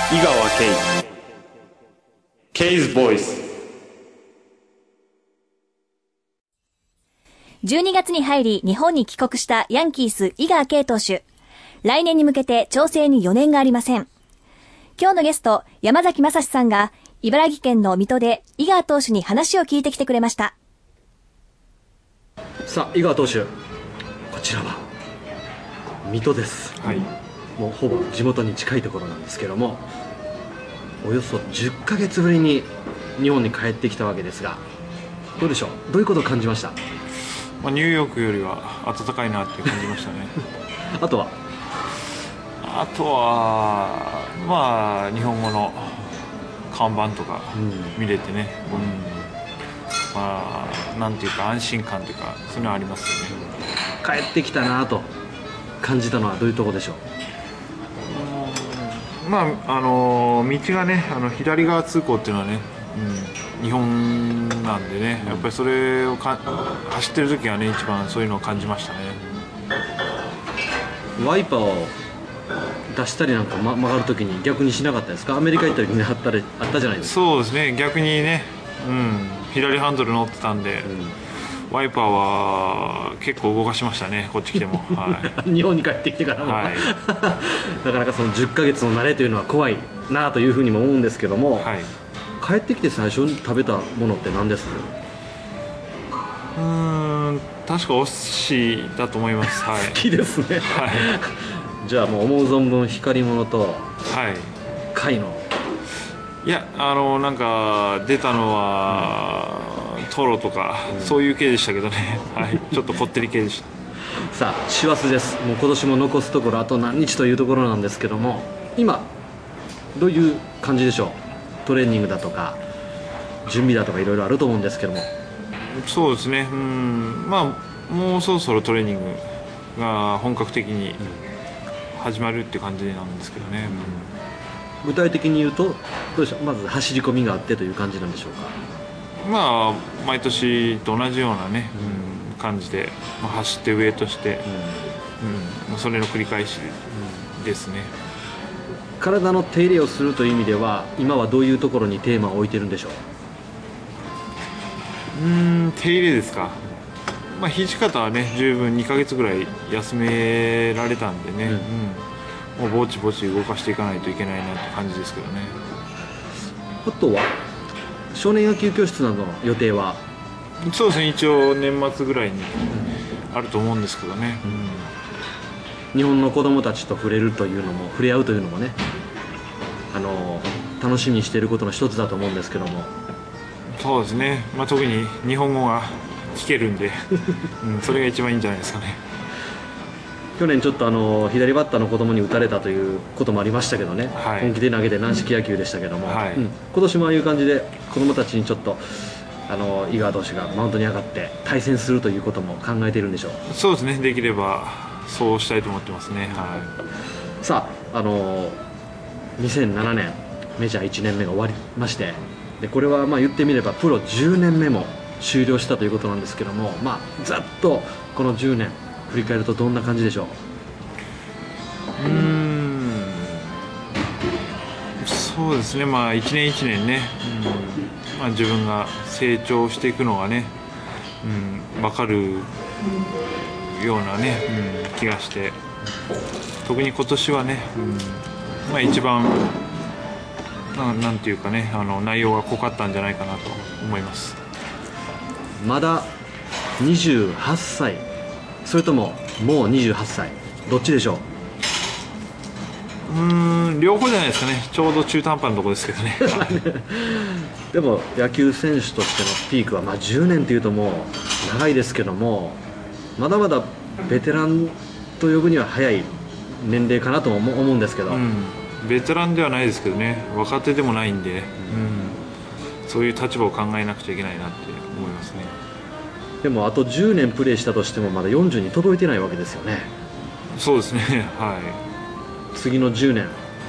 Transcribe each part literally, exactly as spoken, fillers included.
井川圭 K's Voice。 じゅうにがつに入り日本に帰国したヤンキース井川圭投手。来年に向けて調整に余念がありません。今日のゲスト山崎正史さんが茨城県の水戸で井川投手に話を聞いてきてくれました。 さあ井川投手、こちらは水戸です、はい、もうほぼ地元に近いところなんですけども、およそじゅっかげつぶりに日本に帰ってきたわけですが、どうでしょう、どういうことを感じました？ まあ、ニューヨークよりは暖かいなって感じましたねあとはあとはまあ日本語の看板とか見れてね、うんうん、まあなんていうか安心感というかそういうのはありますよね。 帰ってきたなと感じたのはどういうところでしょう？ うん、まああの道がね、あの左側通行っていうのはね、うん、日本なんでね、やっぱりそれをか走ってる時はね一番そういうのを感じましたね。 ワイパーを出したりなんか、ま、曲がる時に逆にしなかったですか？アメリカ行った時にあったりあったじゃないですか。 そうですね、逆にね、うん、左ハンドル乗ってたんで、うん、ワイパーは結構動かしましたね、こっち来ても、はい、 日本に帰ってきてからも、はい、なかなかそのじゅっかげつの慣れというのは怖いなというふうにも思うんですけども、はい、帰ってきて最初に食べたものって何です？ うーん、確かお寿司だと思います、はい、 好きですね、はい、じゃあもう思う存分光り物と、はい、貝の、 いや、あのなんか出たのは、うん、トロとか、うん、そういう系でしたけどね、はい、ちょっとこってり系でしたさあ師走です。もう今年も残すところあと何日というところなんですけども、今どういう感じでしょう？トレーニングだとか準備だとかいろいろあると思うんですけども。 そうですね、うん、まあもうそろそろトレーニングが本格的に始まるって感じなんですけどね、 うん、具体的に言うとどうでしょう？まず走り込みがあってという感じなんでしょうか？ まあ毎年と同じようなね、うん、感じで、まあ、走ってウエイトして、うんうん、それの繰り返しですね。 体の手入れをするという意味では今はどういうところにテーマを置いてるんでしょう？ うーん、手入れですか。まあ、土方はね十分にかげつぐらい休められたんでね、うんうん、もうぼちぼち動かしていかないといけないなって感じですけどね。 あとは少年野球教室などの予定は？ そうですね、一応年末ぐらいにあると思うんですけどね、 うん、日本の子どもたちと触れるというのも触れ合うというのもね、あの楽しみにしていることの一つだと思うんですけども。 そうですね、まあ、特に日本語が聞けるんで、うん、それが一番いいんじゃないですかね。 去年ちょっとあの左バッターの子供に打たれたということもありましたけどね、はい、本気で投げて軟式野球でしたけども、はい、うん、今年もああいう感じで子供たちにちょっとあの井川投手がマウンドに上がって対戦するということも考えているんでしょう？ そうですね、できればそうしたいと思ってますね、はい、 さあ、あのにせんななねんメジャーいちねんめが終わりまして、でこれはまあ言ってみればプロじゅうねんめも終了したということなんですけども、まあ、ざっとこのじゅうねん振り返るとどんな感じでしょう？ うーん、そうですね、まあ一年一年ね、うん、まあ、自分が成長していくのがね、うん、分かるようなね、うん、気がして、特に今年はね、うん、まあ、一番な, なんていうかね、あの内容が濃かったんじゃないかなと思います。 まだにじゅうはっさい、それとももうにじゅうはっさい、どっちでしょう？うーん、両方じゃないですかね。ちょうど中途半端なところですけどねでも野球選手としてのピークは、まあ、じゅうねんというともう長いですけども、まだまだベテランと呼ぶには早い年齢かなとも思うんですけど、うん、 ベテランではないですけどね、若手でもないんで、うん、そういう立場を考えなくちゃいけないなって思いますね。 でもあとじゅうねんプレーしたとしてもまだよんじゅうに届いてないわけですよね。 そうですね、はい。 次のじゅうね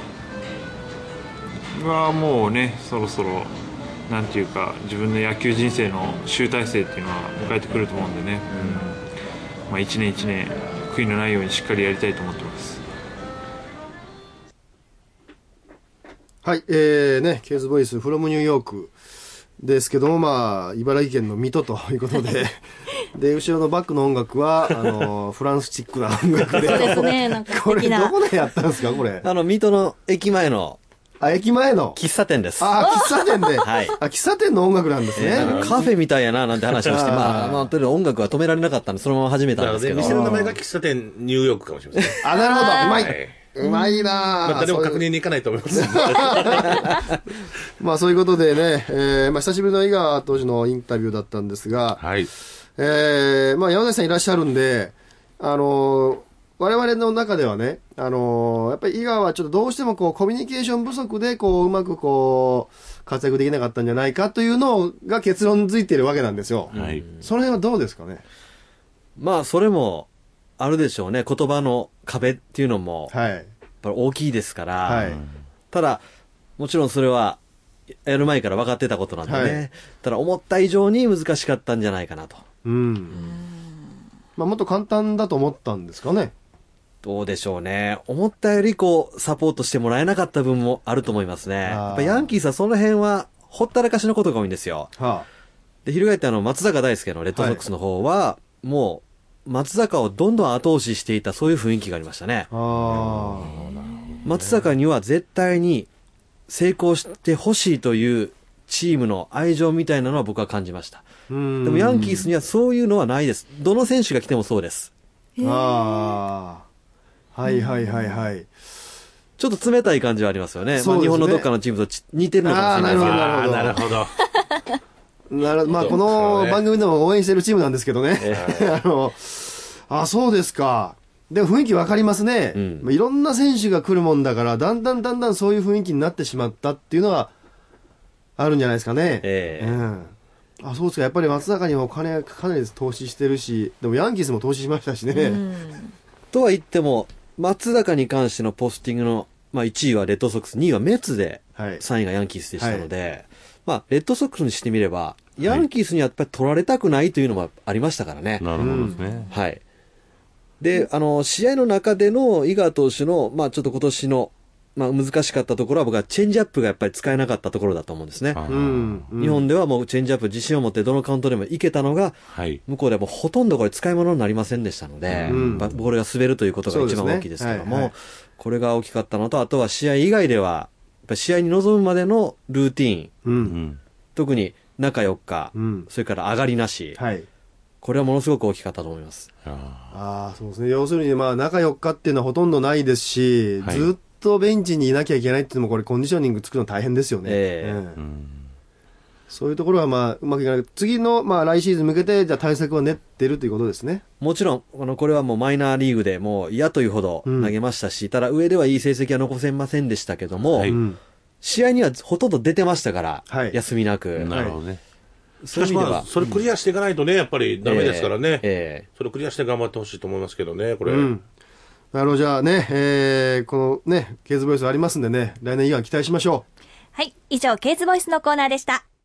んはもうね、そろそろなんていうか自分の野球人生の集大成っていうのは迎えてくると思うんでね、うん、まあ、一年一年悔いのないようにしっかりやりたいと思ってます。 はい、えー、ね、ケーズボイスフロムニューヨークですけども、まあ、茨城県の水戸ということで、で、後ろのバックの音楽は、あの、フランスチックな音楽で。 そうですね、なんか素敵な。 これ、どこでやったんですか、これ。 あの、水戸の駅前の、 あ、駅前の喫茶店です。 あ、喫茶店で。 はい。 あ、喫茶店の音楽なんですね。 えー、カフェみたいやな、なんて話をして、まあ、まあ、とりあえず音楽は止められなかったんで、そのまま始めたんですけど。 店の名前が喫茶店ニューヨークかもしれません。 あ、なるほど。うまい。 はいうまいなぁ。 まあ、誰も確認に行かないと思います。 まあ、そういうことでね、えー、まあ、久しぶりの井川投手のインタビューだったんですが、 はい。 えー、まあ、山崎さんいらっしゃるんで、あのー、我々の中ではね、あのー、やっぱり井川はちょっとどうしてもこう、コミュニケーション不足で、こう、うまくこう、活躍できなかったんじゃないかというのが結論づいてるわけなんですよ。 はい。 その辺はどうですかね。 まあ、それも、あるでしょうね。言葉の壁っていうのも、 はい。 やっぱり大きいですから、 はい。 ただ、もちろんそれは、やる前から分かってたことなんでね。はい、ただ、思った以上に難しかったんじゃないかなと。うん。うんまあ、もっと簡単だと思ったんですかね。 どうでしょうね。思ったよりこう、サポートしてもらえなかった分もあると思いますね。やっぱヤンキースはその辺は、ほったらかしのことが多いんですよ。はあ、で、翻ってあの、松坂大輔のレッドソックスの方は、はい、もう、松坂をどんどん後押ししていた、そういう雰囲気がありましたね。あ松坂には絶対に成功してほしいというチームの愛情みたいなのは僕は感じました。でもヤンキースにはそういうのはないです。どの選手が来てもそうです。 ああ。はいはいはいはい。 ちょっと冷たい感じはありますよね。まあ、日本のどっかのチームと似てるのかもしれないですけど。 ああ、なるほど。なるほど。まあ、この番組でも応援してるチームなんですけどね。あの、あ、そうですか。でも雰囲気わかりますね。うん、まあ、いろんな選手が来るもんだから、だんだんだんだんそういう雰囲気になってしまったっていうのは、あるんじゃないですかね。えー、うん。あ、そうですか。やっぱり松坂にも金かなり投資してるし、でもヤンキースも投資しましたしね。うん、 とは言っても、松坂に関してのポスティングの、まあ、いちいはレッドソックス、にいはメッツで、さんいがヤンキースでしたので、はい、まあ、レッドソックスにしてみれば、ヤンキースにはやっぱり取られたくないというのもありましたからね。 なるほどですね。 はい。で、あの、試合の中での井川投手の、まあ、ちょっと今年の、まあ、難しかったところは僕はチェンジアップがやっぱり使えなかったところだと思うんですね。うんうん、日本ではもうチェンジアップ自信を持ってどのカウントでもいけたのが、はい、向こうではもうほとんどこれ使い物になりませんでしたので、うん、ボールが滑るということが一番大きいですけども、ねはいはい、これが大きかったのと、あとは試合以外では、やっぱ試合に臨むまでのルーティーン、うん、特に中よっか、うん、それから上がりなし、はい、これはものすごく大きかったと思います。 ああ、そうですね。要するに、まあ、中よっかっていうのはほとんどないですし、はい、ずっとベンチにいなきゃいけないっていうのも、これコンディショニング作るの大変ですよね。えーうん、そういうところは、まあ、うまくいかない。次の、まあ、来シーズン向けて、じゃあ対策を練ってるということですね。 もちろん、あの、これはもうマイナーリーグでもう嫌というほど投げましたし、うん、ただ上ではいい成績は残せませんでしたけども、はい、試合にはほとんど出てましたから、はい、休みなく。 なるほどね。しかしまあ、それクリアしていかないとね、やっぱりダメですからね。えーえー、それクリアして頑張ってほしいと思いますけどね、これ。うん、 なるほど、じゃあね、えー、このね、ケーズボイスありますんでね、来年以降期待しましょう。 はい、以上、ケーズボイスのコーナーでした。